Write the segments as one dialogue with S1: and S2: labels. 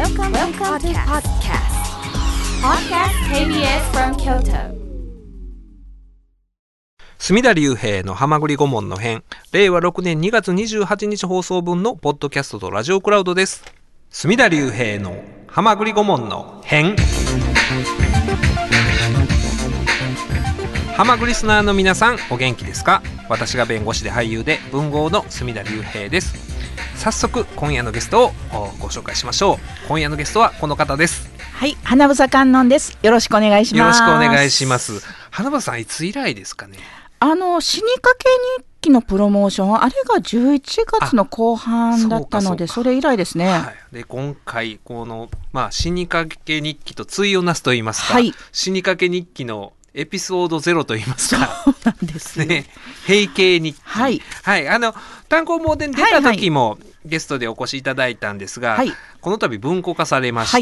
S1: Welcome to podcast. Podcast KBS from Kyoto.
S2: 隅田隆平のはまぐり顧問の編、令和6年2月28日放送分のポッドキャストとラジオクラウドです。隅田隆平のはまぐり顧問の編。はまぐりスナーの皆さん、お元気ですか？私が弁護士で俳優で文豪の隅田隆平です。早速今夜のゲストをご紹介しましょう。今夜のゲストはこの方です。
S3: はい、花房観音です。よろしくお願いします。
S2: よろしくお願いします。花房さん、いつ以来ですかね？
S3: 死にかけ日記のプロモーション、あれが11月の後半だったので、それ以来ですね。
S2: はい、で今回この、死にかけ日記と対をなすと言いますか、
S3: はい、
S2: 死にかけ日記のエピソード0と言いますか、
S3: そうなんですよ、
S2: ね、平家日記、
S3: はい
S2: はい、単行本で出た時も、ゲストでお越しいただいたんですが、この度文庫化されまして、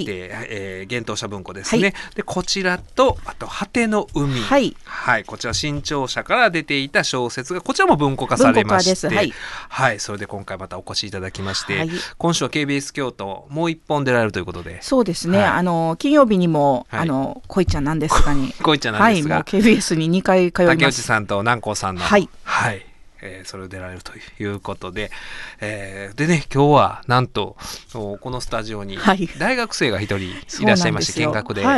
S2: 幻冬舎文庫ですね、でこちらとあと果ての海、こちら新潮社から出ていた小説がこちらも文庫化されまして、それで今回またお越しいただきまして、今週は KBS 京都もう一本出られるということで。
S3: そうですね、金曜日にも、恋ちゃんなんですかに
S2: 恋ちゃんなんですが、
S3: もう KBS に2回通います。
S2: 竹内さんと南光さんのそれを出られるということで、でね、今日はなんとこのスタジオに大学生が一人いらっしゃいまして、見学で、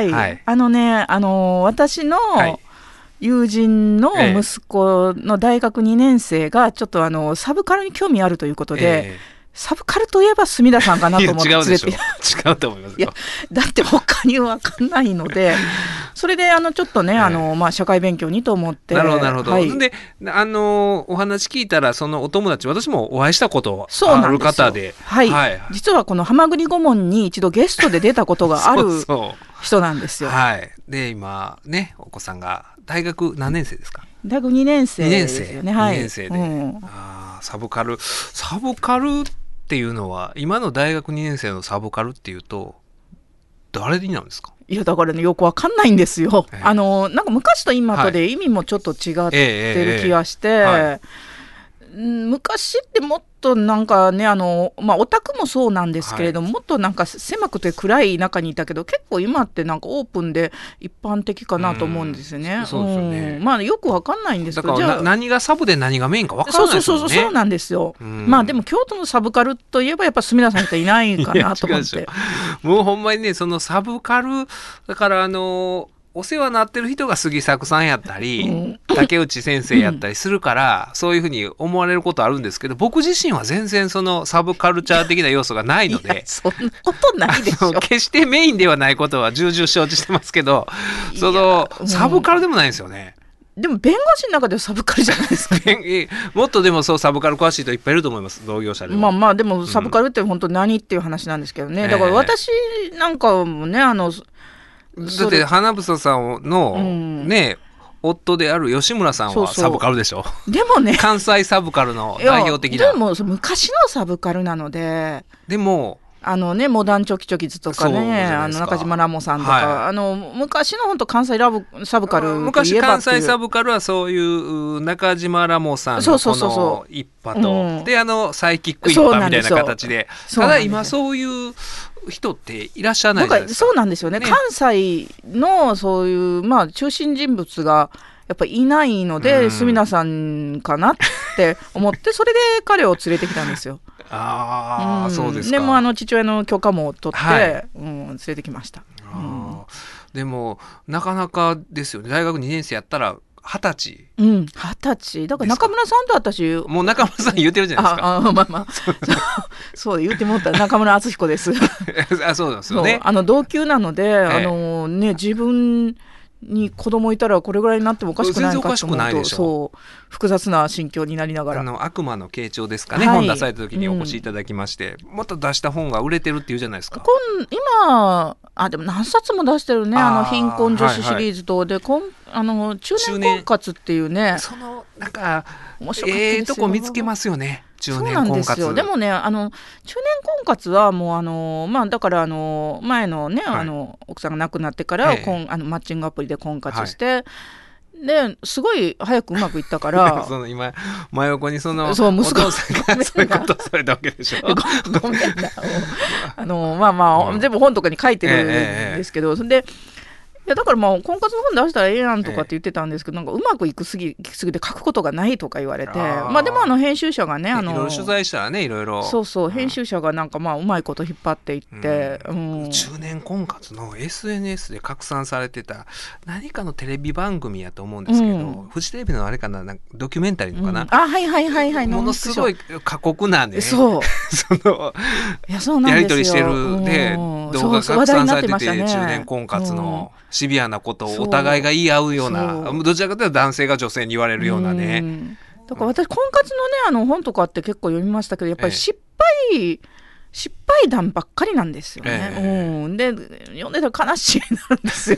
S3: 私の友人の息子の大学2年生がちょっとサブカルに興味あるということで、サブカルといえば隅田さんかなと思って連れて。
S2: 違うと思いますよ。
S3: だって他に分かんないので、それでちょっとね、社会勉強にと思って。
S2: なるほど。でお話聞いたら、そのお友達、私もお会いしたことある方で、
S3: 実はこのはまぐり顧問に一度ゲストで出たことがある人なんですよ。
S2: で今ね、お子さんが大学何年生ですか？
S3: 大学2年生ですよね。
S2: 2年生で、サブカルっていうのは、今の大学2年生のサブカルっていうと誰になるんですか？
S3: いや、だからね、よくわかんないんですよ。なんか昔と今とで意味もちょっと違ってる気がして、昔ってもっとなんかね、オタクもそうなんですけれども、もっとなんか狭くて暗い中にいたけど、結構今ってなんかオープンで一般的かなと思うんですよね。
S2: そうですよね。
S3: よくわかんないんですけど、
S2: だから何がサブで何がメインかわからないですよね。
S3: そうなんですよ。でも京都のサブカルといえばやっぱ隅田さんしかいないかなと思って。
S2: もうほんまにね、そのサブカルだからお世話になってる人が杉作さんやったり、竹内先生やったりするから、そういうふうに思われることあるんですけど、僕自身は全然そのサブカルチャー的な要素がないので、
S3: そんなことないでしょ。
S2: 決してメインではないことは重々承知してますけど、サブカルでもないんですよね。
S3: でも弁護士の中ではサブカルじゃないですか。
S2: もっとでもサブカル詳しい人いっぱいいると思います、同業者でも。
S3: でもサブカルって本当何っていう話なんですけどね。だから私なんかもね、
S2: だって花房さんのね、夫である吉村さんはサブカルでしょ。
S3: でもね、
S2: 関西サブカルの代表的な。
S3: でも昔のサブカルなので、
S2: でも
S3: モダンチョキチョキズとかね、中島ラモさんとか、昔の本当関西サブカルといえば、
S2: 昔関西サブカルはそういう中島ラモさんのこの一派と、でサイキック一派みたいな形で、ただ今そういう人っていらっしゃらないじゃないですか。
S3: そうなんですよね。関西のそういう中心人物がやっぱいないので、隅田さんかなって思って、それで彼を連れてきたんですよ。
S2: そうですか。
S3: でも父親の許可も取って、連れてきました。
S2: でもなかなかですよね。大学2年生やったら20歳。
S3: 20歳。だから中村さんと私、
S2: もう中村さん言ってるじゃないですか。
S3: そう言ってもらったら中村敦彦です。
S2: そうなんですよね。
S3: 同級なので、自分に子供いたらこれぐらいになってもおかしくないのかと思うと、複雑な心境になりながら、
S2: 悪魔の傾聴ですかね、本出された時にお越しいただきまして、また出した本が売れてるっていうじゃないですか。
S3: 今でも何冊も出してるね。貧困女子シリーズと、で中年婚活っていうね、
S2: なんかとこ見つけますよね。中年婚活。
S3: でもね、中年婚活はもうだから前のね、奥さんが亡くなってからマッチングアプリで婚活して、 ですごい早くうまくいったから
S2: その今真横にその
S3: そう
S2: お父さんがそういうことをされたわけでしょ
S3: ごめんな全部本とかに書いてるんですけど、それでいやだから婚活の本出したらええやんとかって言ってたんですけど、なんかうまくいきすぎて書くことがないとか言われて、でも編集者がね
S2: いろいろ取材したらねいろいろ
S3: そう編集者がなんかうまいこと引っ張っていって、
S2: 中年婚活の SNS で拡散されてた何かのテレビ番組やと思うんですけど、フジテレビのあれかな、ドキュメンタリーのかな、
S3: はい
S2: ものすごい過酷なね
S3: そう
S2: そのやり取りしてるで動画が拡散されてて、中年婚活のシビアなことをお互いが言い合うような、どちらかというと男性が女性に言われるようなね。
S3: だから私婚活のね本とかって結構読みましたけど、やっぱり失敗談ばっかりなんですよね。で読んでたら悲しいなるんですよ。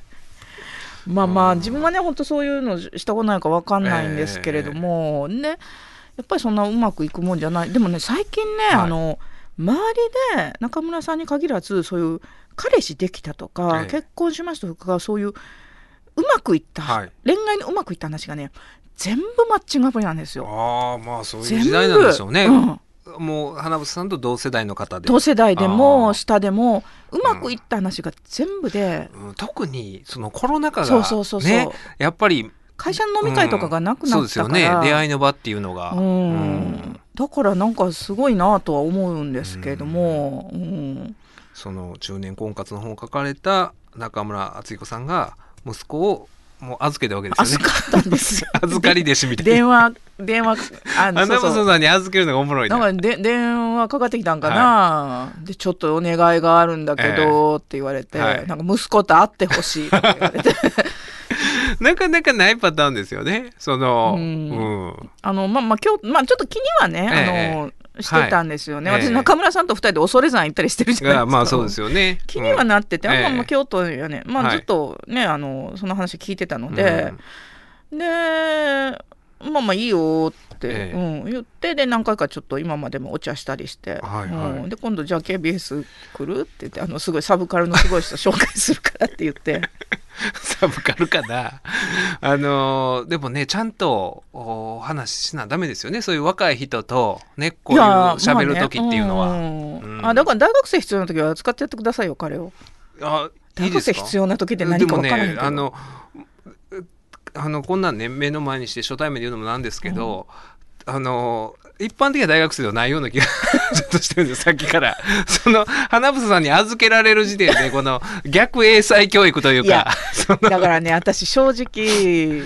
S3: 自分はね本当そういうのしたことないか分かんないんですけれども、ね、やっぱりそんなうまくいくもんじゃない。でもね最近ね、周りで中村さんに限らずそういう彼氏できたとか、結婚しましたとか、そういううまくいった、恋愛のうまくいった話がね全部マッチングアプリなんですよ。
S2: そういう時代なんでしょうね。もう花房さんと同世代の方で、
S3: 同世代でも下でもうまくいった話が全部で、
S2: 特にそのコロナ禍がねやっぱり
S3: 会社の飲み会とかがなくなったから、
S2: そうですよね、出会いの場っていうのが、
S3: だからなんかすごいなとは思うんですけれども、
S2: その中年婚活の本を書かれた中村敦彦さんが息子をもう預けたわけですよね。
S3: 預かったんですよ
S2: 預かり弟子みたいな
S3: 電話
S2: 花房さんに預けるのがおもろいな。
S3: なんか電話かかってきたんかな、でちょっとお願いがあるんだけど、って言われて、なんか息子と会ってほしいって言われて
S2: なかなかないパターンですよね。その、
S3: 今日ちょっと気にはね、してたんですよね。私中村さんと2人で恐山行ったりしてるじゃないですか。
S2: そうですよね。
S3: 気にはなってて、京都やね、ずっとねその話聞いてたので、でいいよって言って、で何回かちょっと今までもお茶したりして、で今度じゃあ KBS 来るって言って、すごいサブカルのすごい人紹介するからって言って
S2: サブカルかなでもねちゃんとお話ししなダメですよね。そういう若い人とねこういう喋る時っていうのは、
S3: だから大学生必要な時は使ってやってくださいよ彼を。大学生必要な時って何か分からへんけど、でも
S2: ねこんなんね目の前にして初対面で言うのもなんですけど、一般的な大学生ではないような気がちょっとしてるんですさっきからその花房さんに預けられる時点でこの逆英才教育というか
S3: だからね私正直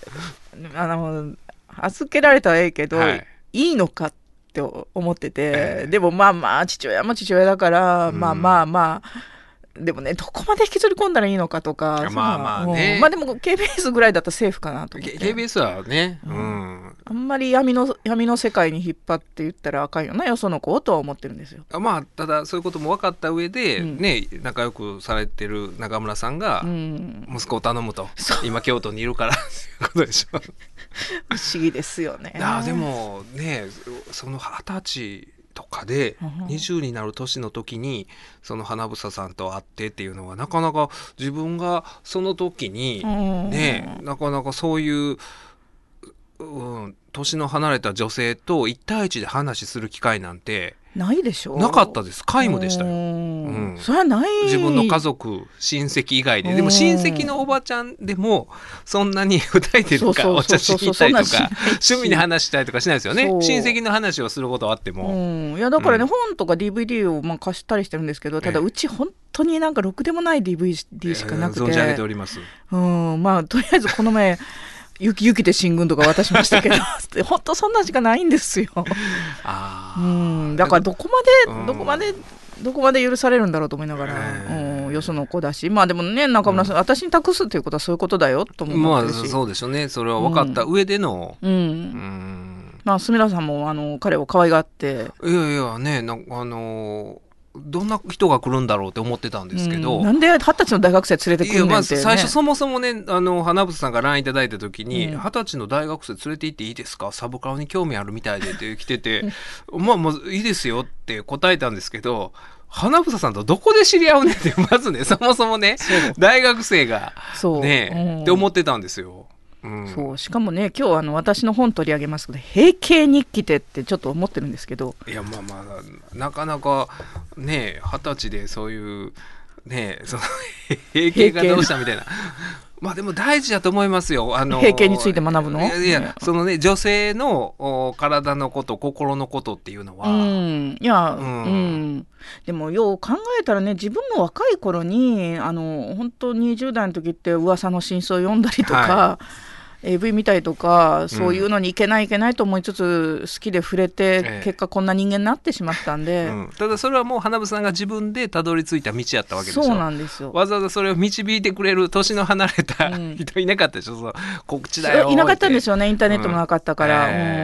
S3: 預けられたらええけど、いいのかって思ってて、でも父親も父親だから、でもねどこまで引きずり込んだらいいのかとか、
S2: ね、
S3: でも KBS ぐらいだったらセーフかなと思って。
S2: KBS はね、
S3: あんまり闇の世界に引っ張って言ったらあかんよなよその子とは思ってるんですよ。
S2: ただそういうことも分かった上で、仲良くされてる中村さんが息子を頼むと、今京都にいるからっていうことでしょ
S3: 不思議ですよね。
S2: でもねその20歳とかで20になる年の時にその花房さんと会ってっていうのはなかなか自分がその時にねなかなかそういう年の離れた女性と1対1で話する機会なんて
S3: ないでしょ。
S2: なかったです。皆無でしたよ。
S3: それはない。
S2: 自分の家族親戚以外で。でも親戚のおばちゃんでもそんなに歌いてるかお茶しに行ったりとか趣味で話したりとかしないですよね。親戚の話をすることはあっても、
S3: いやだからね、本とか DVD を貸したりしてるんですけど、ただうち本当になんかろくでもない DVD しかなくて、
S2: 存じ上げております。
S3: とりあえずこの前雪で新聞とか渡しましたけど本当そんなしかないんですよ。だからどこまで許されるんだろうと思いながら、よその子だし、でもね中村さん、私に託すということはそういうことだよと思ってるし、
S2: そうでしょうね。それは分かった上での、
S3: 住田さんも彼を可愛がって、
S2: いやねどんな人が来るんだろうって思ってたんですけど、
S3: なんで20歳の大学生連れてくるんねんって、
S2: 最初そもそもね花房さんが LINE いただいた時に、20歳の大学生連れて行っていいですか、サブカルに興味あるみたいでって来てていいですよって答えたんですけど、花房さんとどこで知り合うねんってまずねそもそもね大学生がねって思ってたんですよ。
S3: そうしかもね今日私の本取り上げますけど閉経日記ってちょっと思ってるんですけど、
S2: いやまあなかなかね20歳でそういうねその閉経がどうしたみたいなまあでも大事だと思いますよ。
S3: 閉経について学ぶの？
S2: いやそのね女性の体のこと心のことっていうのは、
S3: でもよう考えたらね自分も若い頃に本当20代の時って噂の真相を読んだりとか、AV 見たりとかそういうのにいけないと思いつつ好きで触れて、結果こんな人間になってしまったんで、
S2: ただそれはもう花房さんが自分でたどり着いた道やったわけでしょ。
S3: そうなんですよ。
S2: わざわざそれを導いてくれる年の離れた人いなかったでしょ、そうこっちだよ
S3: いなかったんですよね、インターネットもなかったから、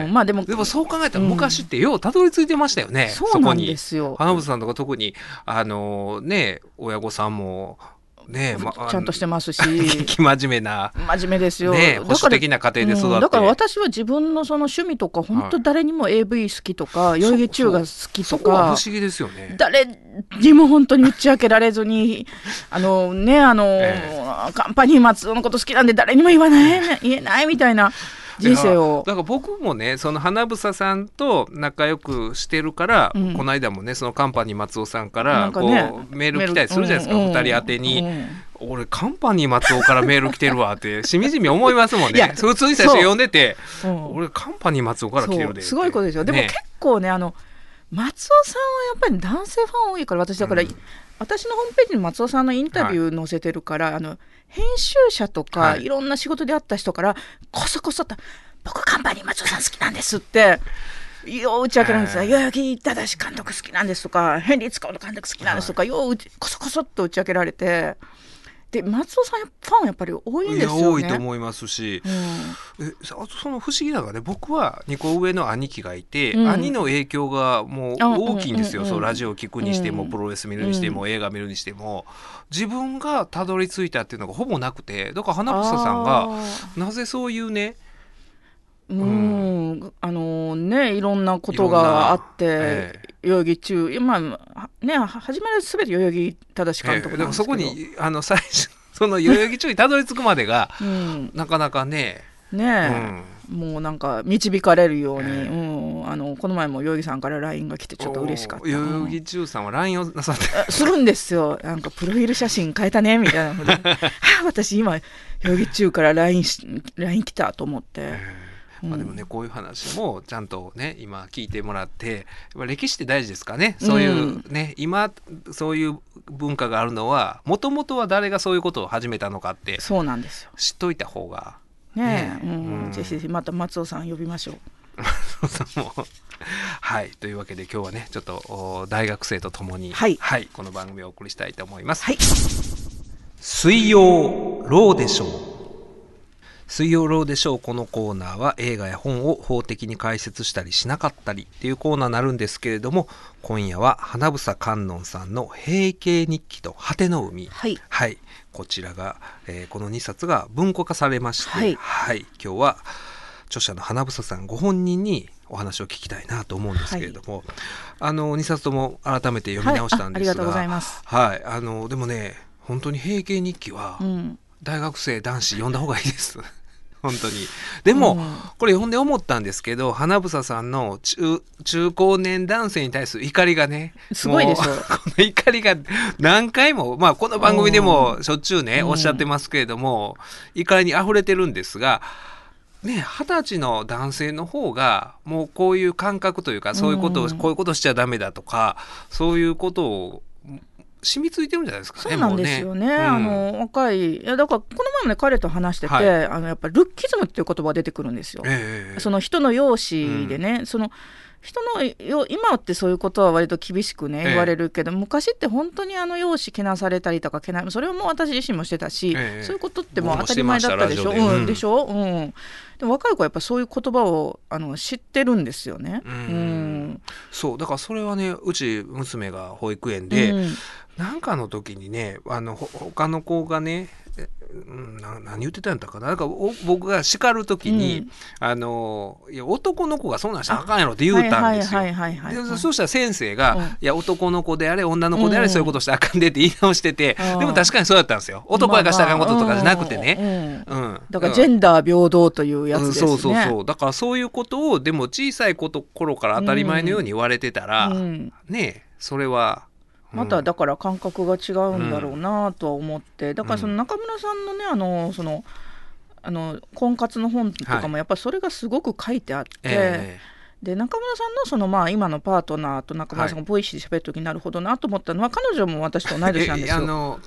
S3: まあでも
S2: そう考えたら昔ってようたどり着いてましたよね、
S3: そうなんですよ。
S2: 花房さんとか特に親御さんもね
S3: ちゃんとしてますし
S2: 真面目な
S3: 真面目ですよ、
S2: 保守的な家庭で育って、
S3: だから私は自分のその趣味とか本当誰にも AV 好きとか代々木中が好きとか
S2: そこは不思議ですよね。
S3: 誰にも本当に打ち明けられずにカンパニー松尾のこと好きなんで誰にも言えないみたいな人生を。
S2: だから僕もねその花房さんと仲良くしてるから、この間もねそのカンパニー松尾さんからこう、メール来たりするじゃないですか、2人宛てに、俺カンパニー松尾からメール来てるわってしみじみ思いますもんね。普通に最初読んでて、俺カンパニー松尾から来てるで、
S3: すごいことですよ。でも結構ね松尾さんはやっぱり男性ファン多いから、私だから、私のホームページに松尾さんのインタビュー載せてるから、編集者とか、いろんな仕事で会った人からこそこそと僕カンパニー松尾さん好きなんですってよう打ち明けるんですよ。代々木正監督好きなんですとかヘンリー・ツコーの監督好きなんですとか、ようこそこそっと打ち明けられて、で松尾さんファンやっぱり多いんですよね。
S2: 多いと思いますし、あとその不思議なのがね、僕は2個上の兄貴がいて、兄の影響がもう大きいんですよ。そうラジオを聞くにしても、プロレス見るにしても、映画見るにしても自分がたどり着いたっていうのがほぼなくて、だから花房さんがなぜそういうね
S3: いろんなことがあって、代々木中始まりすべて代々木正監督なんですけど、
S2: そこに最初その代々木中にたどり着くまでが、なかなかもうなんか導かれるように、この前も代々木さんから LINE が来てちょっと嬉しかった。 代々木中さんは LINE をなさって
S3: するんですよ。なんかプロフィール写真変えたねみたいなので私今代々木中から LINE 来たと思って。
S2: でもねこういう話もちゃんとね今聞いてもらって、歴史って大事ですかね。そういうね、今そういう文化があるのはもともとは誰がそういうことを始めたのかって
S3: そうなんですよ。
S2: 知っといた方が
S3: ぜひぜひまた松尾さん呼びましょう。
S2: はい、というわけで今日はねちょっと大学生とともに、この番組をお送りしたいと思います。水曜ローでしょう。水曜ローでしょう。このコーナーは映画や本を法的に解説したりしなかったりっていうコーナーになるんですけれども、今夜は花房観音さんの閉経日記と果ての海、こちらが、この2冊が文庫化されまして、今日は著者の花房さんご本人にお話を聞きたいなと思うんですけれども、2冊とも改めて読み直したんですが、
S3: ありがとうございます。
S2: でもね本当に閉経日記は大学生男子読んだ方がいいです本当に。でも、これ読んで思ったんですけど、花房さんの中高年男性に対する怒りがね
S3: すごいでしょ。こ
S2: の怒りが何回も、この番組でもしょっちゅうね、おっしゃってますけれども、怒りにあふれてるんですがね、20歳の男性の方がもうこういう感覚というか、そういうことを、こういうことしちゃダメだとか、そういうことを染みついてるんじゃないですかね。
S3: そうなんですよね。若いだからこの前もね彼と話してて、やっぱりルッキズムっていう言葉が出てくるんですよ。その人の容姿でね、その人の今ってそういうことは割と厳しくね言われるけど、昔って本当に容姿けなされたりとかそれをもう私自身もしてたし、そういうことってもう当たり前だったでしょ。でしょ。でも若い子はやっぱそういう言葉を知ってるんですよね。
S2: そうだからそれはね、うち娘が保育園で、なんかの時にね他の子がね何言ってたんだかな、なんか僕が叱る時に、いや男の子がそんなんしたらあかんやろって言うたんですよ。そうしたら先生が、いや男の子であれ女の子であれそういうことしたらあかんでって言い直してて、でも確かにそうだったんですよ。男やからしたらあかんこととかじゃなくてね、
S3: だからジェンダー平等というやつですね。
S2: そうだからそういうことをでも小さい頃から当たり前のように言われてたら、ね、それは
S3: まただから感覚が違うんだろうなとは思って、だからその中村さんのねその婚活の本とかもやっぱりそれがすごく書いてあって、で中村さんのその今のパートナーと中村さんがボイシーで喋る時になるほどなと思ったのは、彼女も私と同い年なんですよ。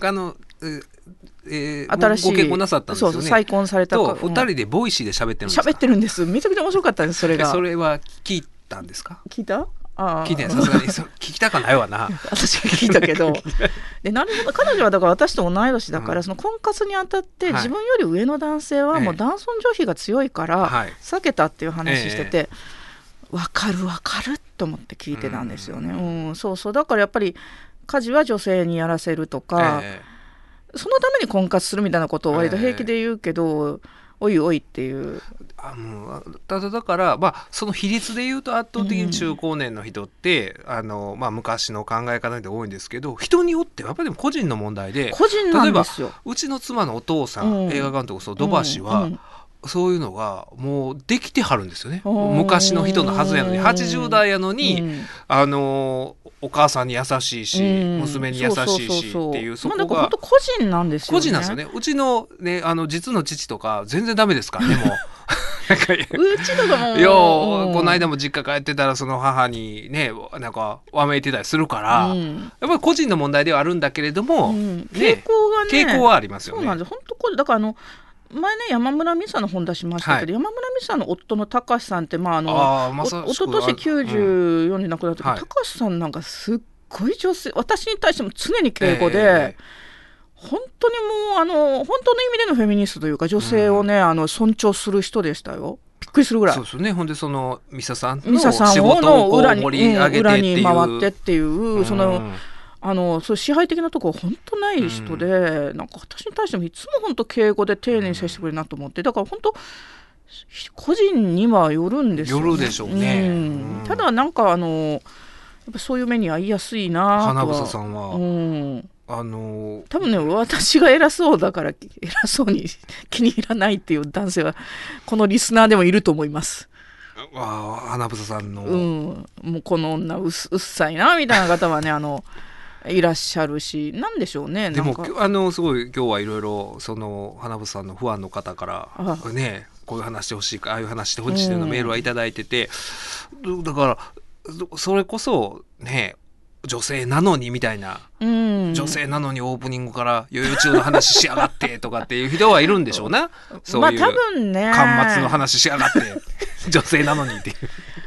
S2: 新しいご結婚なさったんですよね。
S3: そう再婚された
S2: と2人でボイシーで喋ってるんですか。
S3: 喋ってるんです。めちゃくちゃ面白かったんです。それが。
S2: それは聞いたんですか。
S3: 聞いた？
S2: 聞いてない。さすがに聞きたかないわな。
S3: 私は聞いたけどでなるほど、彼女はだから私と同い年だから、その婚活にあたって自分より上の男性はもう男尊女卑が強いから避けたっていう話してて、分かると思って聞いてたんですよね。そうだからやっぱり家事は女性にやらせるとか、そのために婚活するみたいなことを割と平気で言うけど、おいおいっていう。
S2: ただだからその比率で言うと圧倒的に中高年の人って、昔の考え方で多いんですけど、人によってはやっぱりでも個人の問題で、
S3: 個人なんですよ。
S2: 例えばうちの妻のお父さん、映画監督土橋は、そういうのがもうできてはるんですよね。昔の人のはずやのに、80代やのに、お母さんに優しいし、娘に優しいしっていう、そこが
S3: 本当個人なんですよね。
S2: 個人なんですよね。うちのね実の父とか全然ダメですからね。もう
S3: うちとかも
S2: この間も実家帰ってたらその母にねなんかわめいてたりするから、やっぱり個人の問題ではあるんだけれども、
S3: 傾
S2: 向はありますよね。
S3: そうなんです。本当だから前ね山村美沙の本出しましたけど、山村美沙の夫の高橋さんって一昨年94に亡くなった時、高橋さんなんかすっごい女性、私に対しても常に敬語で、本当にもう本当の意味でのフェミニストというか、女性をね、尊重する人でしたよ。びっくりするぐらい。
S2: そうですね。ほんでその美沙さんの仕事をこう盛り上げてっていう、
S3: 裏に回ってっていう、そう支配的なところ本当ない人で、なんか私に対してもいつも本当敬語で丁寧に接してくれるなと思って、だから本当個人にはよるんですよね。
S2: よるでしょうね。
S3: ただなんかやっぱそういう目に遭いやすいなとは。
S2: 花房さんは、
S3: 多分ね、私が偉そうだから偉そうに気に入らないっていう男性はこのリスナーでもいると思います。
S2: 花房さんの、
S3: もうこの女うっさいなみたいな方はねいらっしゃるし、なんでしょうね。
S2: でもすごい今日はいろいろその花房さんのファンの方からね、こういう話してほしいかああいう話してほしいというのメールはいただいてて、だからそれこそね女性なのにみたいな、女性なのにオープニングから余裕中の話しやがってとかっていう人はいるんでしょうな。そういう
S3: 多分ね、
S2: 巻末の話しやがって女性なのにっていう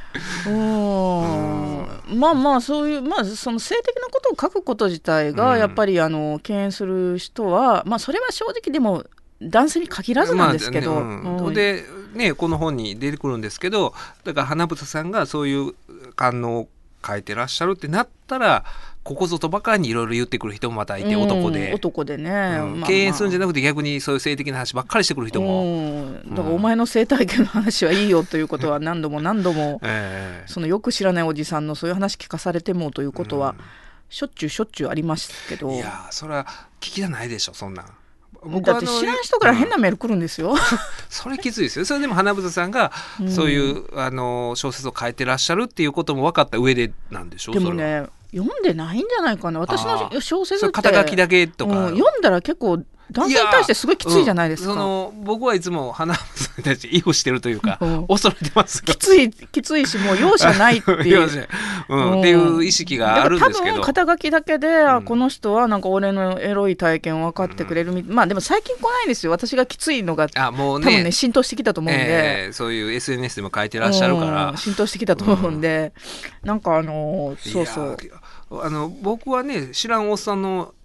S3: そういうその性的なことを書くこと自体がやっぱり敬遠する人は、それは正直でも男性に限らずなんですけど、
S2: でねこの本に出てくるんですけど、だから花房さんがそういう感能を書いてらっしゃるってなったら、ここぞとばかりにいろいろ言ってくる人もまたいて、男でね、敬遠するんじゃなくて逆にそういう性的な話ばっかりしてくる人も、
S3: だからお前の性体験の話はいいよということは何度もそのよく知らないおじさんのそういう話聞かされてもということはしょっちゅうありますけど、
S2: いやそれは聞きじゃないでしょそんなん。
S3: だって知らん人から変なメール来るんですよ、
S2: それきついですよ。それでも花房さんがそういう小説を書いてらっしゃるっていうことも分かった上でなんでしょう。
S3: でもね読んでないんじゃないかな。私の小説って
S2: 肩書きだけとか、
S3: 読んだら結構男性に対してすごいきついじゃないですか。
S2: 僕はいつも花房さんに対して囲碁してるというか、恐れてますよ。
S3: きついし、もう容赦ないっていう、
S2: っていう意識があるんですけど、
S3: 多分肩書きだけで、この人はなんか俺のエロい体験を分かってくれるでも最近来ないですよ。私がきついのが多分ね浸透してきたと思うんで、
S2: そういう SNS でも書いてらっしゃるから
S3: 浸透してきたと思うんで、なんかそう
S2: 僕はね知らんおっさんの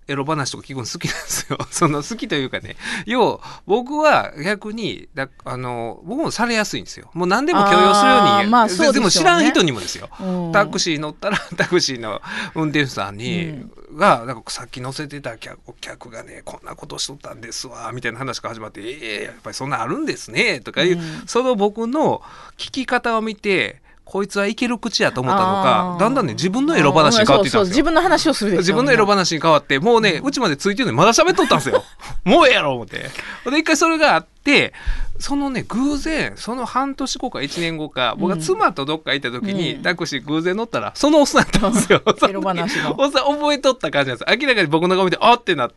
S2: エロ話とか聞くの好きなんですよ。その好きというかね、要僕は逆に僕もされやすいんですよ。もう何でも許容するように、
S3: まあそうですよね、
S2: でも知らん人にもですよ、タクシー乗ったらタクシーの運転手さんに、がなんかさっき乗せてたお客がねこんなことしとったんですわみたいな話が始まって、やっぱりそんなあるんですねとかいう、その僕の聞き方を見て、こいつはいける口やと思ったのか、だんだんね自分のエロ話に変わっていったんですよ。
S3: そう自分の話をするでしょ。
S2: 自分のエロ話に変わって、もうね、うちまでついてるのにまだ喋っとったんですよ。もうええやろ思って。で一回それがあって、そのね偶然その半年後か1年後か、僕が妻とどっか行った時に、タクシー偶然乗ったらそのおっさんだったんですよ。
S3: エロ話の
S2: おっさん覚えとった感じなんです。明らかに僕の顔見てあってなって、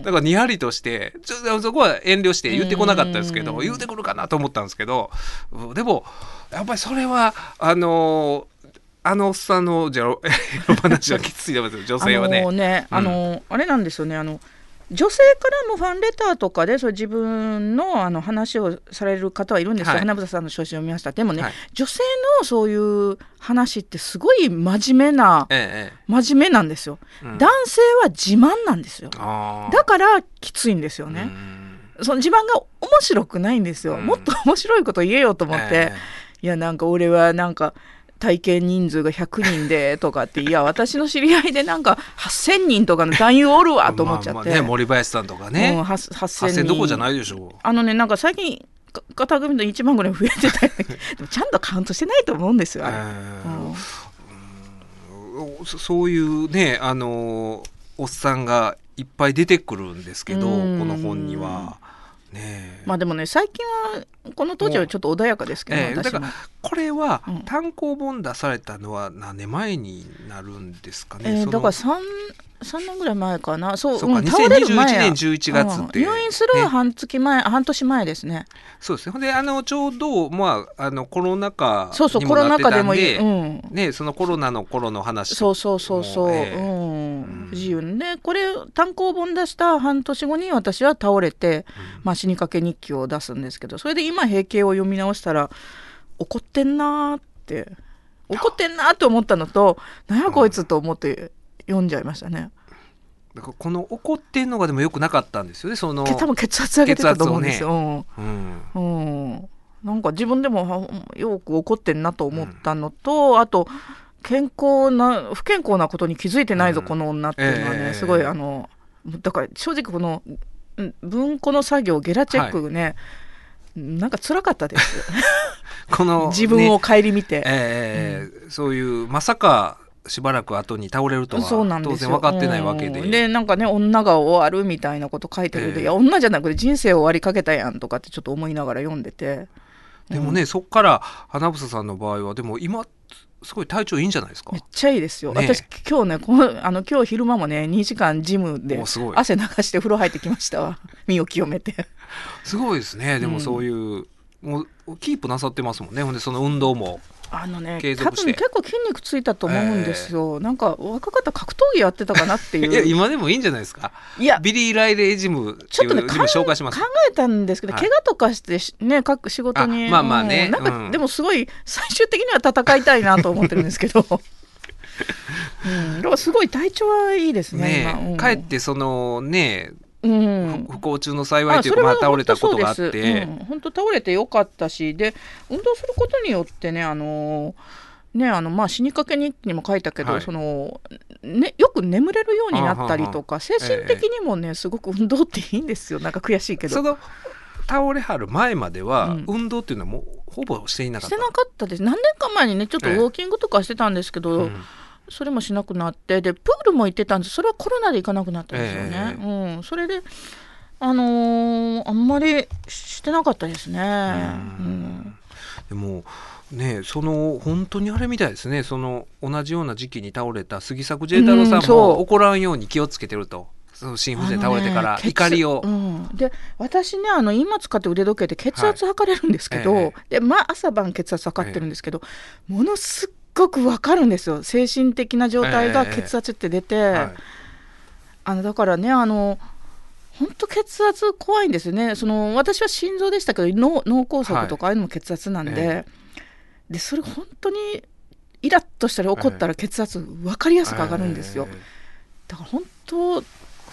S2: だからにやりとしてそこは遠慮して言ってこなかったですけど、言うてくるかなと思ったんですけど、でもやっぱりそれはあのおっさんのエロ話はきついですよ。女性はね。
S3: あれなんですよね。女性からもファンレターとかで自分の話をされる方はいるんですよ、花房さんの書信を見ました。でもね、女性のそういう話ってすごい真面目なんですよ、男性は自慢なんですよ。だからきついんですよね。その自慢が面白くないんですよ。もっと面白いこと言えよと思って、いやなんか俺はなんか体験人数が100人でとかって、いや私の知り合いでなんか8000人とかの男優おるわと思っちゃって、
S2: 森林さんとかね、8000人どこじゃないでしょう。
S3: なんか最近肩組みの1万ぐらい増えてたでもちゃんとカウントしてないと思うんですよ、
S2: そういうねおっさんがいっぱい出てくるんですけど、この本にはね。
S3: まあでもね最近はこの当時はちょっ私も穏やかですけど、
S2: だからこれは単行本出されたのは何年前になるんですかね。
S3: だから3年ぐらい前かな。
S2: そうか、2021年11月って、
S3: 入院する半年前ですね。
S2: そうですね。でちょうど、コロナ禍に
S3: コロナ禍でも
S2: そのコロナの頃の話
S3: そう、自由でこれ単行本出した半年後に私は倒れて、死にかけ日記を出すんですけど、それで今閉経を読み直したら怒ってんなと思ったのと、何やこいつと思って読んじゃいましたね。
S2: だからこの怒ってんのがでもよくなかったんですよね。多
S3: 分血圧上げてたと思うんですよ。なんか自分でもよく怒ってんなと思ったのと、あと不健康なことに気づいてないぞ、この女っていうのはね、すごいだから正直この文庫の作業ゲラチェックね、なんか辛かったです
S2: この
S3: 自分を顧みて、
S2: そういうまさかしばらく後に倒れるとは当然分かってないわけで、
S3: なんかね女が終わるみたいなこと書いてるで、いや女じゃなくて人生終わりかけたやんとかってちょっと思いながら読んでて、
S2: でもね、そっから花房さんの場合はでも今すごい体調いいんじゃないですか。
S3: めっちゃいいですよ、私今日ね今日昼間もね2時間ジムで汗流して風呂入ってきましたわ身を清めて。
S2: すごいですね。でもそういう、もうキープなさってますもんね。ほんでその運動も継続して、
S3: 多分結構筋肉ついたと思うんですよ、なんか若かった格闘技やってたかなっていう。
S2: いや今でもいいんじゃないですか。ビリー・ライレージムっていうジム紹介します。
S3: 考えたんですけど、怪我とかしてね各仕事になんかでもすごい最終的には戦いたいなと思ってるんですけどだからすごい体調はいいですね。
S2: かえってそのね不幸中の幸いというか、倒れたことがあって、
S3: 本当倒れてよかったし、で運動することによってね死にかけ日記にも書いたけど、よく眠れるようになったりとか、精神的にもねすごく運動っていいんですよ。なんか悔しいけど、
S2: その倒れはる前までは運動っていうのはもうほぼしていなかった。
S3: してなかったです。何年か前にねちょっとウォーキングとかしてたんですけど、それもしなくなって、でプールも行ってたんです。それはコロナで行かなくなったんですよね、それであんまりしてなかったですね。
S2: でもね、本当にあれみたいですね。その同じような時期に倒れた杉作 J 太郎さんも怒らんように気をつけてると。心不全倒れてから怒りを、
S3: で私ね今使って腕時計で血圧測れるんですけど、で朝晩血圧測ってるんですけど、ものすっごく分かるんですよ。精神的な状態が血圧って出て、だからね本当血圧怖いんですよね。私は心臓でしたけど脳梗塞とかああいうのも血圧なんで、でそれ本当にイラッとしたり怒ったら血圧分かりやすく上がるんですよ。だから本当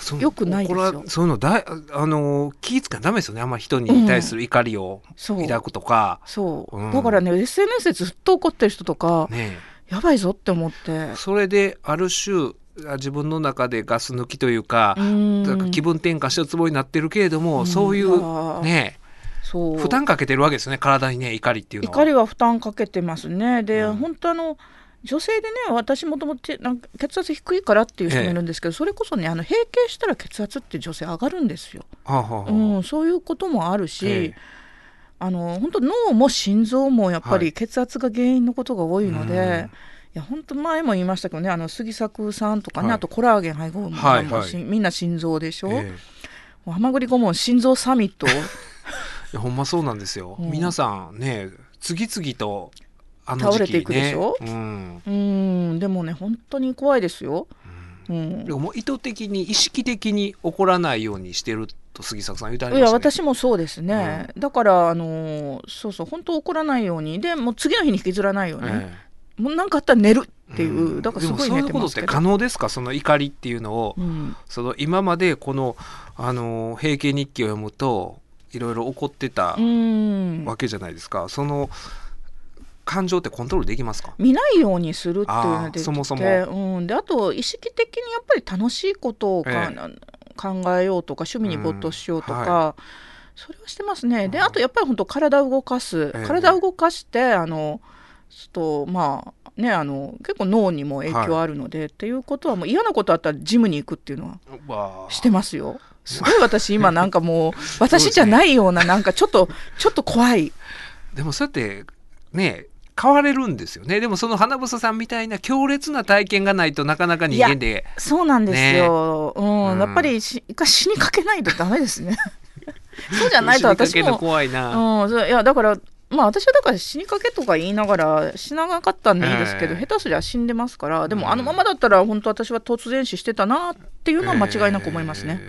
S3: よくないですよ。
S2: そういうの気ぃつかダメですよね。あんまり人に対する怒りを抱くとか、
S3: だからね SNS でずっと怒ってる人とか、やばいぞって思って、
S2: それである種自分の中でガス抜きというか、なんか気分転換したつもりになってるけれども、そういうね負担かけてるわけですね、体にね、怒りっていうのは。
S3: 怒りは負担かけてますね。で、本当女性でね、私もともと血圧低いからっていう人もいるんですけど、それこそね、閉経したら血圧って女性上がるんですよ。そういうこともあるし、本当脳も心臓もやっぱり血圧が原因のことが多いので、いや本当前も言いましたけどね、杉作さんとかね、あとコラーゲン配合も、みんな心臓でしょ。はまぐり顧問心臓サミット
S2: ほんまそうなんですよ、皆さんね次々と
S3: 倒れていくでしょ。でもね本当に怖いですよ。
S2: でも意図的に意識的に起こらないようにしてると杉作さん言うてありましたね。
S3: いや私もそうですね、だからそう本当起こらないように、でもう次の日に引きずらないように、もう何かあったら寝るっていう、だからすごい寝てますけど。でもそういうことって可能ですか、その怒りっていうのを、その今までこの閉経日記を読むといろいろ起こってたわけじゃないですか。その感情ってコントロールできますか？ 見ないようにするっていうので、
S2: そもそも、
S3: であと意識的にやっぱり楽しいことを考えようとか、趣味に没頭しようとか、それはしてますね。であとやっぱり本当体を動かす、体を動かして結構脳にも影響あるので、っていうことはもう嫌なことあったらジムに行くっていうのはしてますよ。すごい私今なんかもう私じゃないような、なんかちょっと怖い。
S2: でもそうやってね変われるんですよね。でもその花房さんみたいな強烈な体験がないとなかなか人間で、
S3: そうなんですよ、やっぱり死にかけないとダメですねそうじゃないと私も
S2: 死にかけるの怖いな。
S3: いやだから私はだから死にかけとか言いながら死ななかったんでいいですけど、下手すりゃ死んでますから。でもままだったら本当私は突然死してたなっていうのは間違いなく思いますね。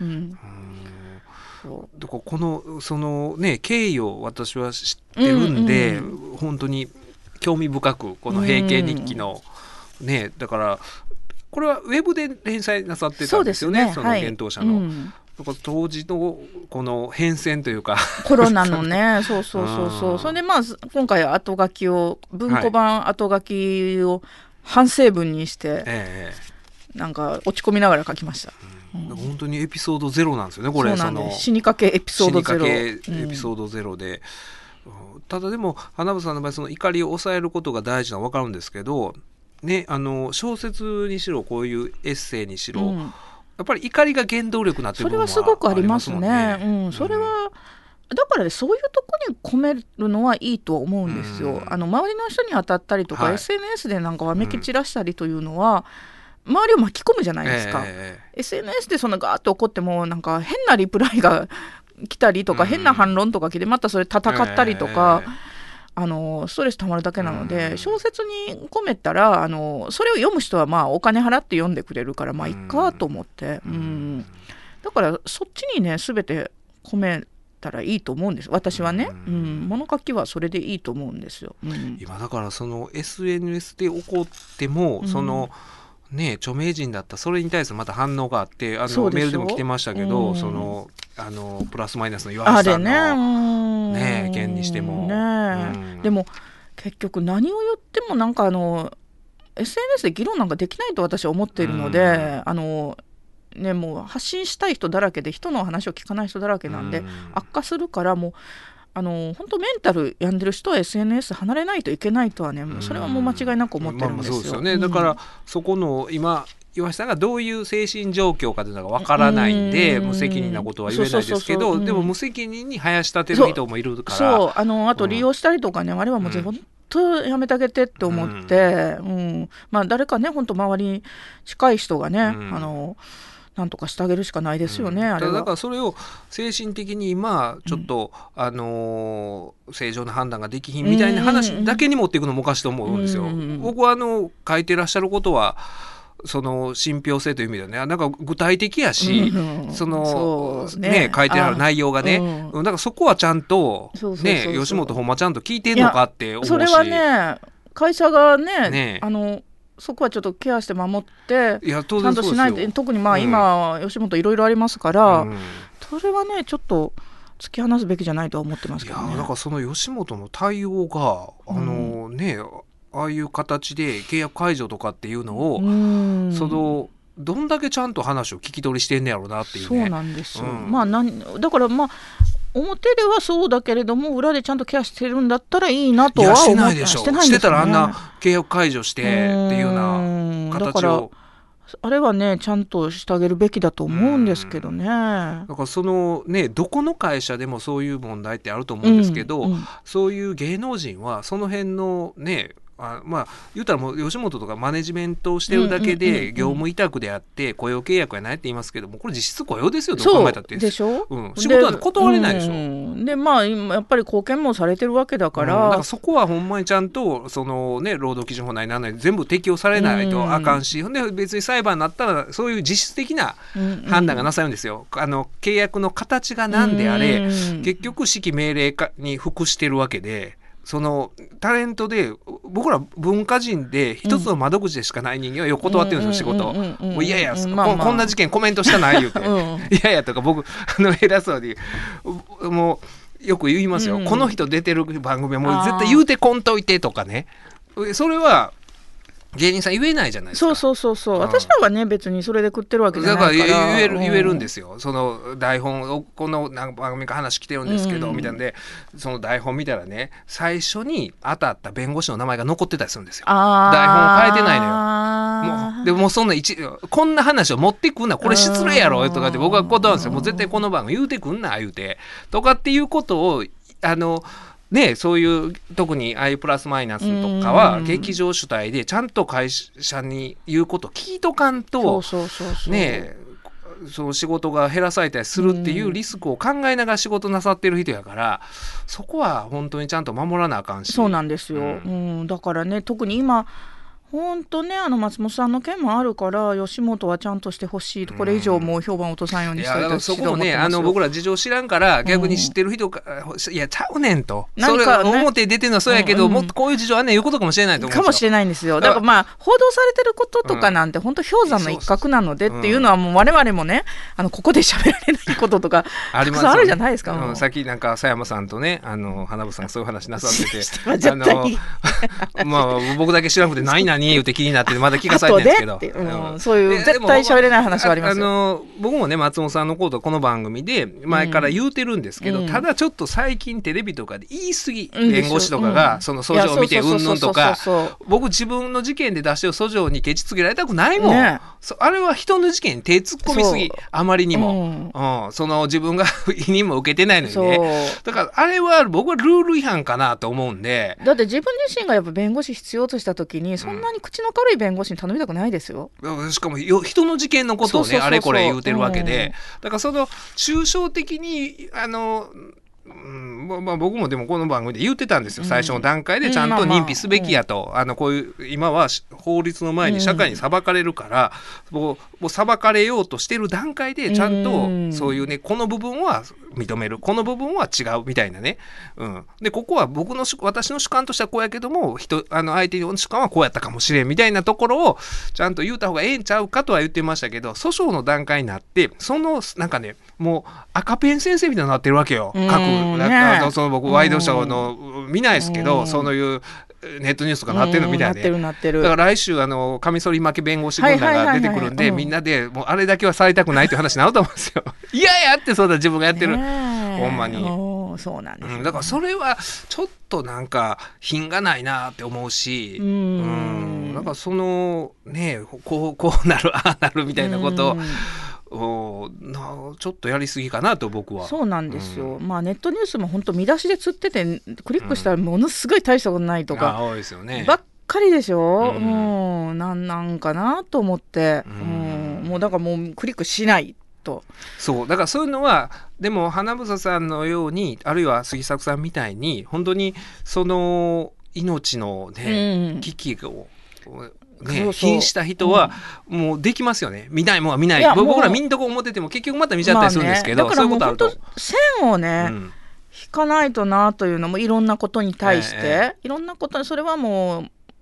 S2: だからそのね経緯を私は知ってるんで、本当に興味深くこの閉経日記のね、だからこれはウェブで連載なさってたんですよね。その幻冬舎の、当時のこの変遷というか
S3: コロナのねそうそれで今回後書きを文庫版後書きを反省文にして、なんか落ち込みながら書きました。
S2: 本当にエピソード0なんですよねこれ。
S3: そうなんです。死にかけエピソード
S2: 0で、ただでも花房さんの場合その怒りを抑えることが大事なのは分かるんですけどね、小説にしろこういうエッセイにしろ、やっぱり怒りが原動力になってる部分はありますもんね。
S3: それはすごくありますね。それはだからね、そういうとこに込めるのはいいと思うんですよ。周りの人に当たったりとか、SNS でなんかわめき散らしたりというのは、周りを巻き込むじゃないですか。SNS でそんなガーッと怒ってもなんか変なリプライが来たりとか、変な反論とか来てまたそれ戦ったりとか、ストレスたまるだけなので、小説に込めたらそれを読む人はお金払って読んでくれるからいっかと思って、だからそっちにね全て込めたらいいと思うんです私はね。物書きはそれでいいと思うんですよ。
S2: 今だからその SNS で怒っても、そのね著名人だったそれに対するまた反応があって、メールでも来てましたけど、そのプラスマイナスの岩橋さんのね件にしても
S3: でも結局何を言ってもなんかSNS で議論なんかできないと私は思っているので、もう発信したい人だらけで人の話を聞かない人だらけなんで、悪化するからもう本当メンタル病んでる人は SNS 離れないといけないとはね、それはもう間違いなく思ってるんですよ。
S2: そうですよね。だからそこの今岩橋さんがどういう精神状況かというのがわからないんで、無責任なことは言えないですけど、でも無責任に生やし立てる人もいるから、
S3: あと利用したりとかね、あれはもう本当やめてあげてって思って、誰かね本当周りに近い人がね、なんとかしてあげるしかないですよね。あれは
S2: だからそれを精神的に今ちょっと、正常な判断ができひんみたいな話だけに持っていくのもおかしいと思うんですよ。僕は書いてらっしゃることはその信憑性という意味ではね、なんか具体的やし、そのね書いてある内容がね、だからそこはちゃんとね吉本ほんまちゃんと聞いてんのかって思うし、
S3: それはね会社がねそこはちょっとケアして守って
S2: ちゃ
S3: んとしないと、特に今吉本いろいろありますから、それはねちょっと突き放すべきじゃないとは思ってますけどね。
S2: だからその吉本の対応がああいう形で契約解除とかっていうのをどんだけちゃんと話を聞き取りしてんねやろうなっていうね。
S3: そうなんですよ、だから表ではそうだけれども裏でちゃんとケアしてるんだったらいいなとは思って。
S2: してないでしょ。してたらあんな契約解除してっていうような形を。だから
S3: あれはねちゃんとしてあげるべきだと思うんですけどね。だ
S2: からそのねどこの会社でもそういう問題ってあると思うんですけど、そういう芸能人はその辺のね言うたらもう吉本とかマネジメントをしてるだけで業務委託であって雇用契約やないって言いますけども、これ実質雇用ですよ。どう考えたって
S3: でしょ、
S2: 仕事なんて断れないでしょ。
S3: で今やっぱり貢献もされてるわけだから、
S2: だからそこはほんまにちゃんとそのね労働基準法内なんない全部適用されないとあかんし、で別に裁判になったらそういう実質的な判断がなされるんですよ。契約の形が何であれ結局指揮命令に服してるわけで、そのタレントで僕ら文化人で一つの窓口でしかない人間はよく断ってるんですよ、仕事。もういやいや、こんな事件コメントしたない言うていやいやとか僕偉そうにもうよく言いますよ、この人出てる番組はもう絶対言うてこんといてとかね。それは芸人さん言えないじゃないですか。
S3: そう、私らはね別にそれで食ってるわけじゃないから。
S2: だから言えるんですよ。その台本をこの番組から話来てるんですけど、みたいなんでその台本見たらね最初に当たった弁護士の名前が残ってたりするんですよ。台本を変えてないのよ。でもそんなこんな話を持ってくんなこれ失礼やろとかって僕は断るんですよ。もう絶対この番組言うてくんな言うてとかっていうことをそういう特にああいうプラスマイナスとかは劇場主体でちゃんと会社に言うこと聞いとかんとそう仕事が減らされたりするっていうリスクを考えながら仕事なさってる人やから、そこは本当にちゃんと守らなあかんし。
S3: そうなんですよ、だからね特に今本当ね松本さんの件もあるから吉本はちゃんとしてほしいと。これ以上もう評判を落とさんようにしたいと。
S2: そこもね僕ら事情知らんから逆に知ってる人が、いやちゃうねんとそれ表出てるのはそうやけど、もっとこういう事情あんねんいうことかもしれないと思うんですよ。
S3: かもしれないんですよ。だから報道されてることとかなんて本当氷山の一角なのでっていうのはもう我々もねここで喋られないこととかたくさんあるじゃないですか。
S2: さっきなんか佐山さんとね花房さんそういう話なさってて僕だけ知らなくて何言うて気になってまだ聞かされてるんですけど、
S3: そういう絶対喋れない話はありますよ。
S2: 僕もね松本さんのことこの番組で前から言うてるんですけど、ただちょっと最近テレビとかで言い過ぎ、弁護士とかがその訴状を見てうんぬんとか、僕自分の事件で出してる訴状にケチつけられたくないもん、あれは人の事件に手突っ込みすぎ、あまりにも、その自分が委任も受けてないのにね。だからあれは僕はルール違反かなと思うんで。
S3: だって自分自身がやっぱ弁護士必要とした時にそんなに口の軽い弁護士に頼みたくないですよ。
S2: しかも人の事件のことをねあれこれ言うてるわけで、だからその抽象的に僕もでもこの番組で言ってたんですよ、最初の段階でちゃんと認否すべきやと、こういう今は法律の前に社会に裁かれるから、もう裁かれようとしてる段階でちゃんとそういうねこの部分は認めるこの部分は違うみたいなね、でここは私の主観としてはこうやけども相手の主観はこうやったかもしれんみたいなところをちゃんと言うた方がええんちゃうかとは言ってましたけど、訴訟の段階になってそのなんかねもう赤ペン先生みたいになってるわけよ。その僕ワイドショーの見ないですけど、そういうネットニュースとかなってるのみたいで、だから来週カミソリ負け弁護士軍団が出てくるんで、みんなでもうあれだけはされたくないという話になると思うんですよ。いやいやってそうだ自分がやってる、ほんまに
S3: そうなんです、
S2: だからそれはちょっとなんか品がないなって思うし、だからそのねこうなるああなるみたいなことをちょっとやりすぎかなと僕は。
S3: そうなんですよ、ネットニュースも本当見出しで釣っててクリックしたらものすごい大したことないとか、
S2: 多いですよね、
S3: ばっかりでしょ、なんかなと思って、もうだからもうクリックしないと。
S2: そうだからそういうのはでも花房さんのようにあるいは杉作さんみたいに本当にその命のね、危機を瀕した人はもうできますよね。見ないもんは見ない。僕ら見んとこ思ってても結局また見ちゃったりするんですけど、
S3: だからもう本当線をね、引かないとなというのもいろんなことに対して、いろんなことそれはもう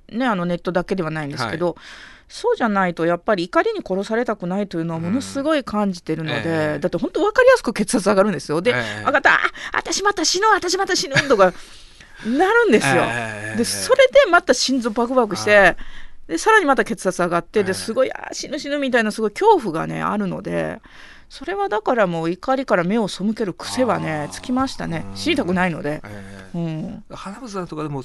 S3: ネットだけではないんですけど、
S2: はい、
S3: そうじゃないとやっぱり怒りに殺されたくないというのはものすごい感じてるので、だって本当分かりやすく血圧上がるんですよ。で、上がった、私また死ぬとかなるんですよ。でそれでまた心臓バクバクして、でさらにまた血圧上がって、ですごい死ぬみたいなすごい恐怖がねあるので、それはだからもう怒りから目を背ける癖はねつきましたね。知りたくないので、
S2: 花房さんとかでも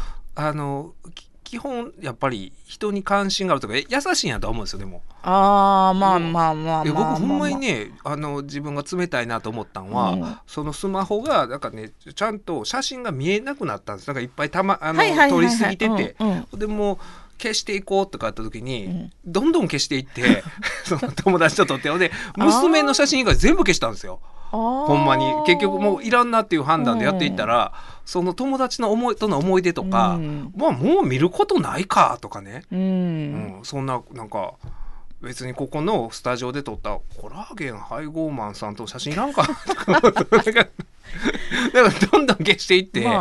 S2: 基本やっぱり人に関心があるとか優しいんやと思うんですよ。でも僕ほんまにね自分が冷たいなと思ったのは、そのスマホがなんかねちゃんと写真が見えなくなったんです。なんかいっぱい撮りすぎてて、でも消していこうとかあった時に、どんどん消していってその友達と撮ってで娘の写真以外全部消したんですよ。ほんまに結局もういらんなっていう判断でやっていったら、その友達のとの思い出とか、もう見ることないかとかね、そんなんか別にここのスタジオで撮ったコラーゲン配合マンさんと写真いらんかとかだからどんどん消していって、だ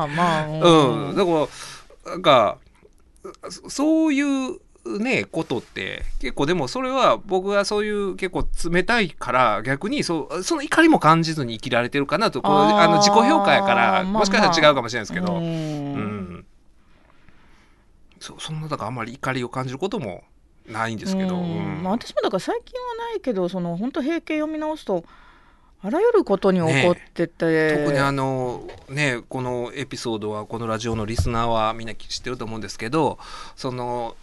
S2: からなんかそういうねことって結構、でもそれは僕がそういう結構冷たいから逆にその怒りも感じずに生きられてるかなと、自己評価やからもしかしたら違うかもしれないですけど、そんなだからあんまり怒りを感じることもないんですけど、
S3: 私もだから最近はないけど、本当閉経読み直すとあらゆることに起こってて、
S2: 特にこのエピソードはこのラジオのリスナーはみんな知ってると思うんですけど、その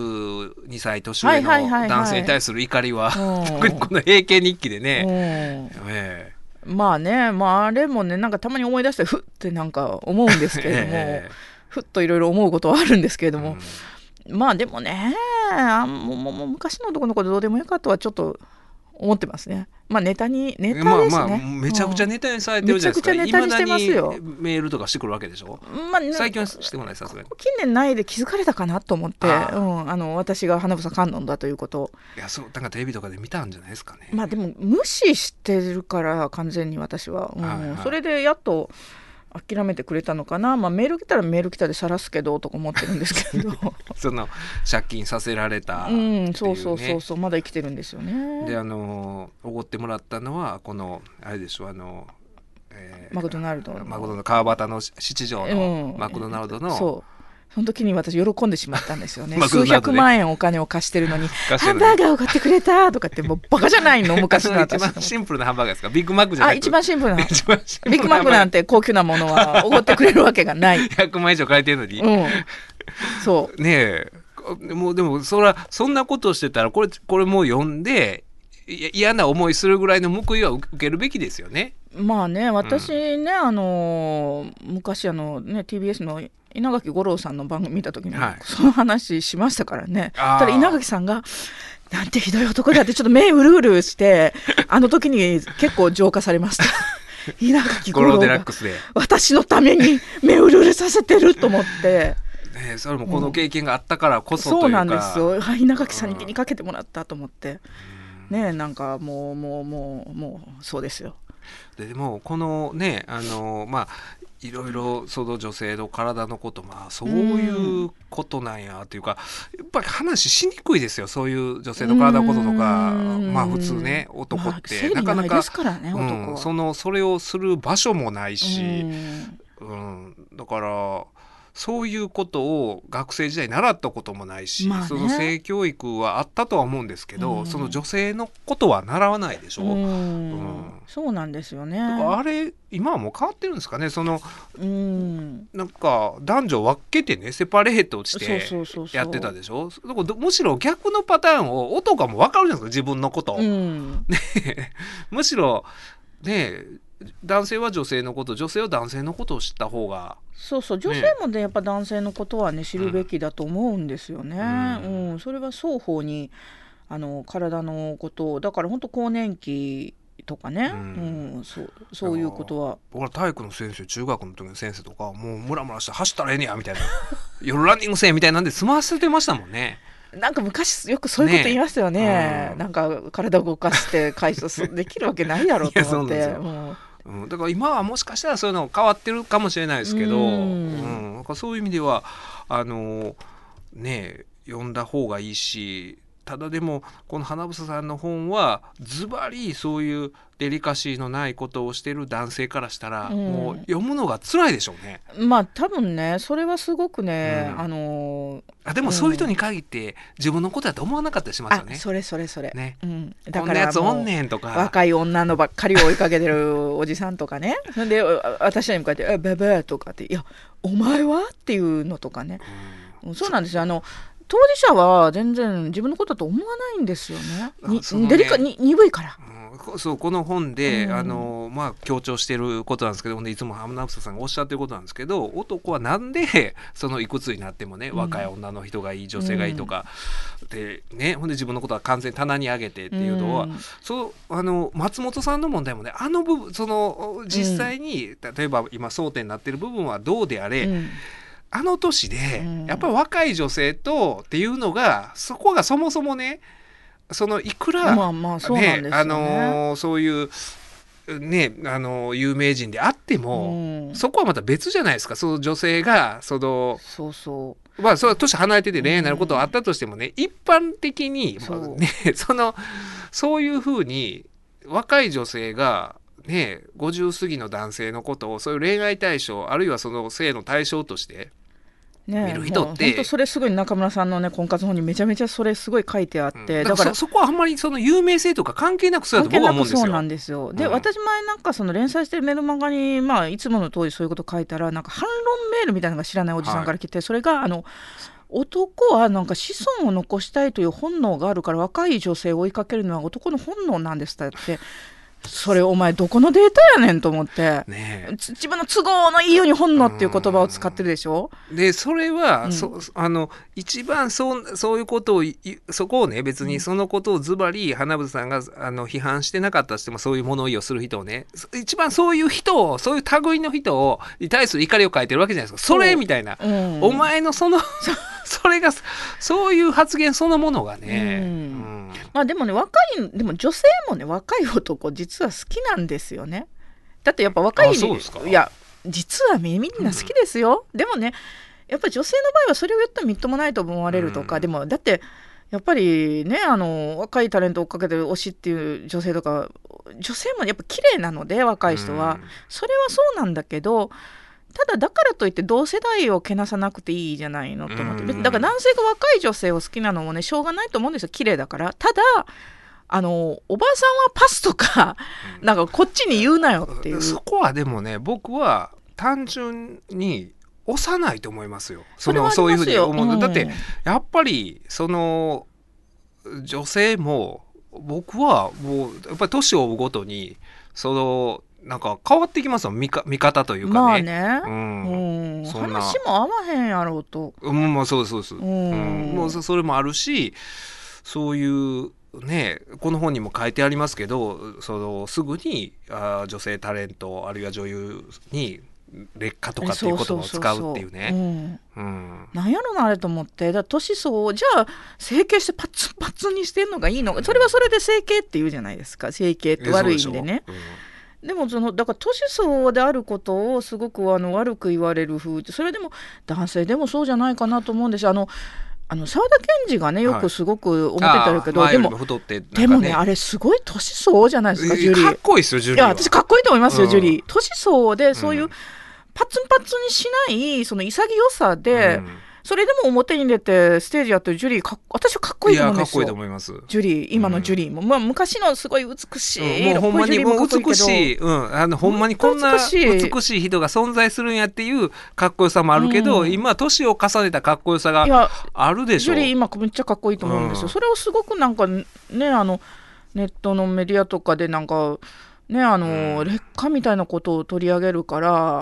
S2: 22歳年上の男性に対する怒りは特にこの閉経日記でね、
S3: まあね、あれもねなんかたまに思い出してふってなんか思うんですけれども、ふっといろいろ思うことはあるんですけれども、まあでもねもう昔の男の子でどうでもよかったはちょっと思ってますね。ネタですね。
S2: めちゃくちゃネタにされてるじゃないですか。
S3: めちゃくちゃネタにしてますよ。
S2: メールとかしてくるわけでしょ。最近はしてこない、さすがに。
S3: 近年ないで気づかれたかなと思って、私が花房観音だということを。
S2: いや、そうなんかテレビとかで見たんじゃないですかね。
S3: でも無視してるから完全に私は、それでやっと諦めてくれたのかな。メール来たらメール来たで晒すけどとか思ってるんですけど
S2: その借金させられたっていうね、
S3: そうまだ生きてるんですよね。
S2: でおごってもらったのはこのあれでしょ、
S3: マクドナルド
S2: の川端の七条のマクドナルドの、
S3: その時に私喜んでしまったんですよね。数百万円お金を貸してるのにハンバーガーを買ってくれたとかって、もうバカじゃないの昔の私。
S2: 一番シンプルなハンバーガーですか？ビッグマックじゃなくて。
S3: 一番シンプルなビッグマックなんて高級なものはおごってくれるわけがない。
S2: 100万以上借りてるのに、そうねえ、もうでもそんなことをしてたらこれもう読んで嫌な思いするぐらいの報いは受けるべきですよね。
S3: 私ね、昔TBS の稲垣吾郎さんの番組見た時にその話しましたからね。ただ稲垣さんがなんてひどい男だってちょっと目うるうるしてあの時に結構浄化されました稲垣吾郎が私のために目うるうるさせてると思って
S2: それもこの経験があったからこそというか、
S3: そうなんですよ。稲垣さんに気にかけてもらったと思ってなんかもうそうですよ。
S2: でもこのねいろいろその女性の体のことそういうことなんやというか、やっぱり話しにくいですよ。そういう女性の体のこととか普通ね男ってなかなかそれをする場所もないし、だからそういうことを学生時代に習ったこともないし、その性教育はあったとは思うんですけど、その女性のことは習わないでしょ。
S3: そうなんですよね。
S2: だからあれ今はもう変わってるんですかね。なんか男女分けてねセパレートしてやってたでしょ。むしろ逆のパターンを男はもう分かるじゃないですか、自分のこと、むしろね男性は女性のこと、女性は男性のことを知った方が、
S3: 女性もねやっぱ男性のことはね知るべきだと思うんですよね。それは双方に体のことを、だから本当更年期とかね、そういうことは。
S2: 僕ら体育の先生、中学の時の先生とかもうムラムラして走ったらええねやみたいな夜ランニングせえみたいなんで済ませてましたもんね。
S3: なんか昔よくそういうこと言いましたよね。なんか体を動かして解消できるわけないやろと思って
S2: だから今はもしかしたらそういうの変わってるかもしれないですけど、なんかそういう意味ではね読んだ方がいいし、ただでもこの花房さんの本はズバリそういうデリカシーのないことをしてる男性からしたら、もう読むのが辛いでしょうね。
S3: まあ多分ねそれはすごくね、
S2: でもそういう人に限って自分のことだと思わなかったりしますよね。
S3: それ、ね、だから
S2: こんなやつおんねんとか、
S3: 若い女のばっかり追いかけてるおじさんとかねそれで私に向かって「ベベ」とかって「いやお前は?」っていうのとかね、そうなんですよ。当事者は全然自分のことだと思わないんですよね。鈍いから。
S2: そうこの本で、強調していることなんですけど、いつも花房さんがおっしゃってることなんですけど、男はなんでそのいくつになってもね、若い女の人がいい、女性がいいとか、でね、ほんで自分のことは完全に棚に上げてっていうのは、松本さんの問題もね、部分実際に、例えば今争点になっている部分はどうであれ、あの年でやっぱり若い女性とっていうのが、そこがそもそもね、いくら、そういうね、有名人であっても、そこはまた別じゃないですか。その女性がそれは年離れてて恋愛になることはあったとしてもね、一般的に、そういうふうに若い女性がね、50過ぎの男性のことをそういう恋愛対象、あるいはその性の対象として見る人って、
S3: 本当それすごい中村さんのね婚活本にめちゃめちゃそれすごい書いてあって、
S2: だからそこはあんまりその有名性とか関係なくそうだと僕は思うんですよ。
S3: そうなんですよ。で、私前なんかその連載してるメルマガに、いつもの通りそういうこと書いたら、なんか反論メールみたいなのが知らないおじさんから来て、それが男はなんか子孫を残したいという本能があるから若い女性を追いかけるのは男の本能なんですってそれお前どこのデータやねんと思って、自分の都合のいいように本能っていう言葉を使ってるでしょ。
S2: でそれは、一番そういうことをそこをね、別にそのことをズバリ花房さんが批判してなかったとしても、そういう物言いをする人をね、一番そういう人を、そういう類の人に対する怒りを書いてるわけじゃないですか。それみたいな、お前のそれがそういう発言そのものがね、
S3: でもね、でも女性もね、若い男実は好きなんですよね。だってやっぱ若い、いや実はみんな好きですよ。でもね、やっぱり女性の場合はそれを言ったらみっともないと思われるとか、でもだってやっぱりね、若いタレントを追っかけてる推しっていう女性とか、女性もやっぱ綺麗なので若い人は、それはそうなんだけど、ただだからといって同世代をけなさなくていいじゃないのと思って、だから男性が若い女性を好きなのもね、しょうがないと思うんですよ、綺麗だから。ただおばさんはパスとか、なんかこっちに言うなよっていう。
S2: そこはでもね、僕は単純に幼いと思いますよ。そういうふうに思う。だってやっぱり女性も、僕はもうやっぱり年を追うごとになんか変わってきますよ、見方というかね。
S3: 話も合わへんやろうと。
S2: そうです。もうそれもあるし、そういうね、この本にも書いてありますけど、すぐに女性タレントあるいは女優に劣化とかっていう言葉を使うっていうね。
S3: なんやろなあれと思って。だ年相じゃあ整形してパツパツにしてんのがいいのか、それはそれで整形って言うじゃないですか。整形って悪い意味でね。でもだから年相であることをすごく悪く言われる風って、それでも男性でもそうじゃないかなと思うんですよ。沢田研二がねよくすごく思ってたけど、でもね、あれすごい年相じゃないですか、ジュリー。
S2: かっこいいですよ、ジュリーは。
S3: いや私かっこいいと思いますよ、ジュリー。年相でそういうパツンパツンにしないその潔さで、それでも表に出てステージやってるジュリー、私はかっこいいと思うんですよ。
S2: いやかっこいいと思います。
S3: ジュリー、今のジュリーも、昔のすごい美しい、
S2: もうほんまにもう美しい、ほんまにこんな美しい人が存在するんやっていうかっこよさもあるけど、今年を重ねたかっこよさがあるでしょ。
S3: ジュリー今めっちゃかっこいいと思うんですよ。それをすごくなんかね、ネットのメディアとかでなんかね、劣化みたいなことを取り上げるから、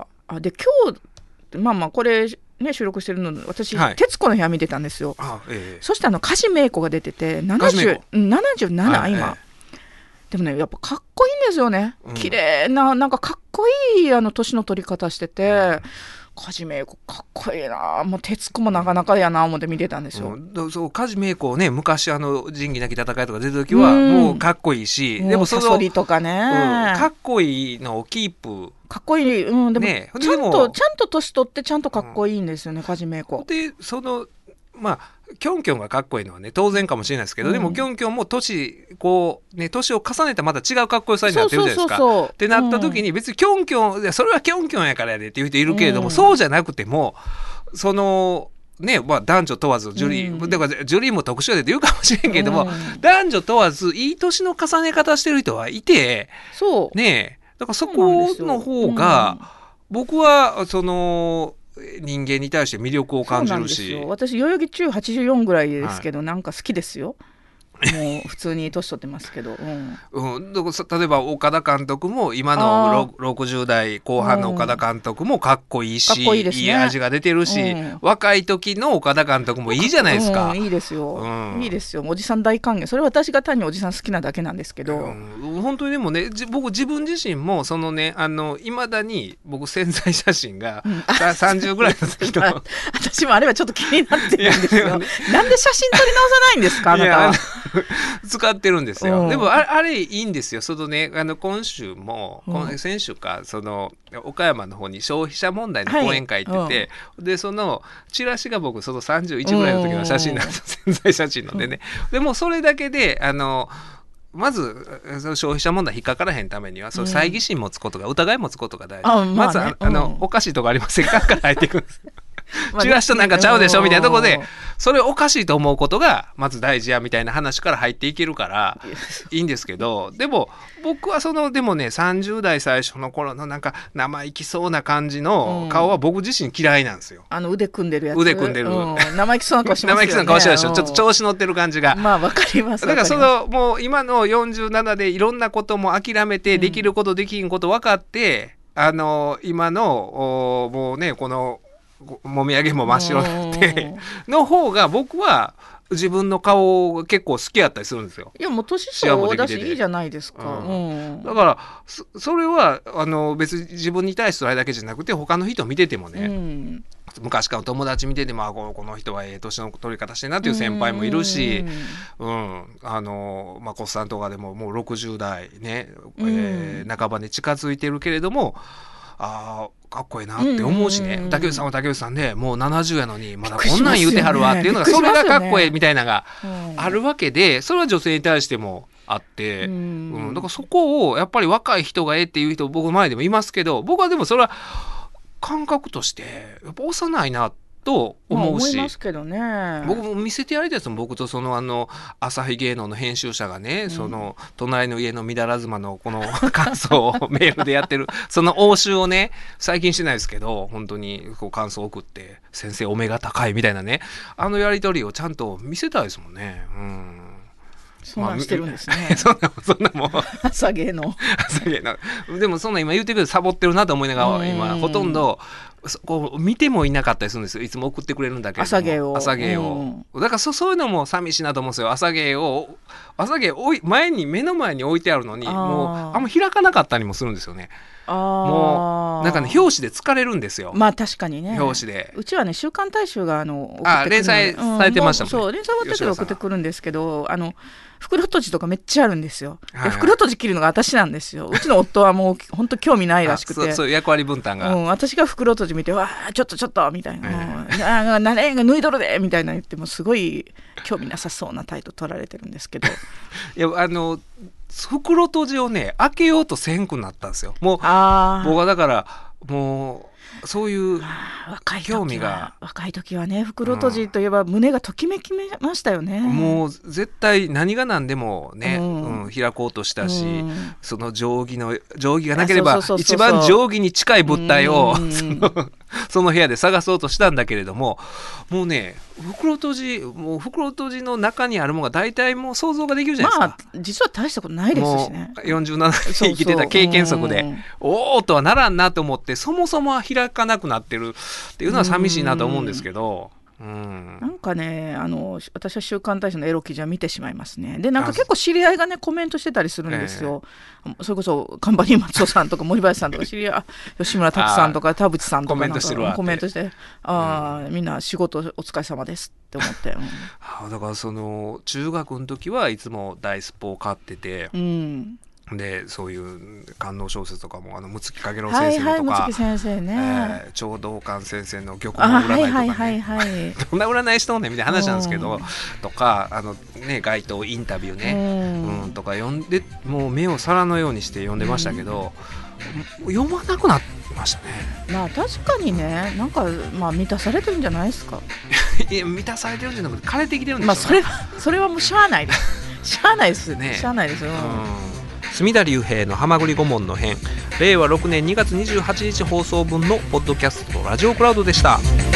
S3: で今日これね、収録してるの私、徹子の部屋見てたんですよ。そして梶芽子が出てて77、今。でもね、やっぱかっこいいんですよね。綺麗な、なんかかっこいい年の取り方してて、梶芽子かっこいいな、もう徹子もなかなかやな思って見てたんですよ。
S2: そう梶芽子ね、昔仁義なき戦いとか出た時はもうかっこいいし、でも
S3: サソリとかね、
S2: かっこいいのをキープ、
S3: かっこいい、でもちゃんと年取ってちゃんとかっこいいんですよね、梶芽子。
S2: でまあキョンキョンがかっこいいのはね当然かもしれないですけど、でもキョンキョンも年を重ねたまた違うかっこよさになってるじゃないですか。ってなった時に別にキョンキョンそれはキョンキョンやからやでっていう人いるけれども、そうじゃなくてもそのまあ、男女問わずジュリー、だからジュリーも特殊やでって言うかもしれんけども、男女問わずいい年の重ね方してる人はいて、
S3: そう
S2: ね、だからそこの方が、僕はその人間に対して魅力を感じるし。
S3: 私代々木中84ぐらいですけど、なんか好きですよ。もう普通に年取ってますけど、だから
S2: 例えば岡田監督も今の60代後半の岡田監督もかっこいいし、いい味が出てるし、若い時の岡田監督もいいじゃないですか。
S3: いいですよ、いいですよ。おじさん大歓迎。それは私が単におじさん好きなだけなんですけど、
S2: 本当にでもね、僕自分自身もそのね、いまだに僕宣材写真が、30ぐらいの時の
S3: 私もあれはちょっと気になってるんですよ。なんで写真撮り直さないんですか、あなたは。
S2: 使ってるんですよ。でもあれいいんですよ。そのね、今週も、先週か、その岡山の方に消費者問題の講演会行ってて、でそのチラシが僕その31ぐらいの時の写真なんですよ。宣材写真のでね。でもそれだけでまず消費者問題引っかからへんためには、その猜疑心持つことが、疑い持つことが大事。まずおかしいとこありませんかから入っていくんですよ。チラシとなんかちゃうでしょみたいなところで、それおかしいと思うことがまず大事やみたいな話から入っていけるからいいんですけど、でも僕はでもね、30代最初の頃のなんか生意気そうな感じの顔は僕自身嫌いなんですよ。
S3: 腕組んでるやつ。
S2: 腕組んでる、
S3: 生意気そうな顔しますよね。
S2: 生意気そうな顔してるでしょ。ちょっと調子乗ってる感じが。
S3: まあわかります。
S2: だからもう今の47でいろんなことも諦めて、できることできんこと分かって、今のもうね、このもみあげも真っ白になっての方が僕は自分の顔が結構好きやったりするんですよ。
S3: いやもう年相だしいいじゃないですか。
S2: だからそれは別に自分に対するあれだけじゃなくて、他の人見ててもね、昔から友達見ててもこの人は年の取り方してるなっていう先輩もいるし、まこさんとかでももう60代ね、半ばに近づいてるけれども、かっこいいなって思うしね、竹内さんは竹内さんでもう70やのにまだこんなん言うてはるわっていうのが、それがかっこいいみたいなのがあるわけで、それは女性に対してもあって、だからそこをやっぱり若い人がっていう人僕の前でもいますけど、僕はでもそれは感覚としてやっぱ幼いなと思うし、
S3: 思いますけどね。
S2: 僕も見せてやりたいですもん。僕と朝日芸能の編集者がね、その隣の家のみだら妻のこの感想をメールでやってるその応酬をね、最近してないですけど本当にこう感想を送って、先生お目が高いみたいなね、やり取りをちゃんと見せたいですもんね。
S3: そんなんしてるんですね。
S2: そんなもん
S3: 朝芸能
S2: でもそんな今言ってくれてサボってるなと思いながら、今ほとんどこう見てもいなかったりするんですよ。いつも送ってくれるんだけど、
S3: 朝芸を
S2: だからそういうのも寂しいなと思うんですよ。朝芸目の前に置いてあるのに、もうあんま開かなかったりもするんですよね。もうなんかね、表紙で疲れるんですよ。
S3: まあ確かにね。
S2: 表紙で
S3: うちはね、週刊大衆が送ってくる
S2: 連載されてましたもんね。
S3: そう連載終わってから送ってくるんですけど、袋閉じとかめっちゃあるんですよ。で袋閉じ切るのが私なんですよ。うちの夫はもう本当興味ないらしくて、
S2: そういう役割分担が、
S3: 私が袋閉じ見て、わーちょっとみたいな、誰が脱いどるでみたいな言ってもすごい興味なさそうな態度取られてるんですけど
S2: いや袋閉じをね開けようとせんくなったんですよ。もう僕はだからもうそういう興味が、
S3: 若い時はね、袋閉じといえば胸がときめきましたよね。
S2: もう絶対何が何でもね、開こうとしたし、その定規がなければ一番定規に近い物体をその部屋で探そうとしたんだけれども、もうね袋閉じの中にあるものが大体もう想像ができるじゃないですか。ま
S3: あ実は大したことないですしね。
S2: もう47年生きてた経験則でおーとはならんなと思って、そもそもは開かなくなってるっていうのは寂しいなと思うんですけど、
S3: なんかね、私は週刊大衆のエロ記事は見てしまいますね。でなんか結構知り合いがねコメントしてたりするんですよ。それこそカンパニー松尾さんとか森林さんとか吉村拓さんとか田淵さんとかコメントしてみんな仕事お疲れ様ですって思って、
S2: だからその中学の時はいつもダイスポを買ってて、 でそういう官能小説とかも六木影郎先生とか、
S3: 六木先生ね、
S2: 長道館先生の玉の占いとかね、どんな占いしとんねんみたいな話なんですけど、とか街頭インタビューね、とか読んでもう目を皿のようにして読んでましたけど、読まなくなってましたね。
S3: まあ確かにね、なんか満たされてるんじゃないですか。
S2: いや満たされてるんじゃなくて枯れてきてるんです
S3: よ。それはもうしゃあないですしゃあないですね。しゃあないですよ。
S2: 隅田隆平のはまぐり顧問の編、令和6年2月28日放送分のポッドキャストとラジオクラウドでした。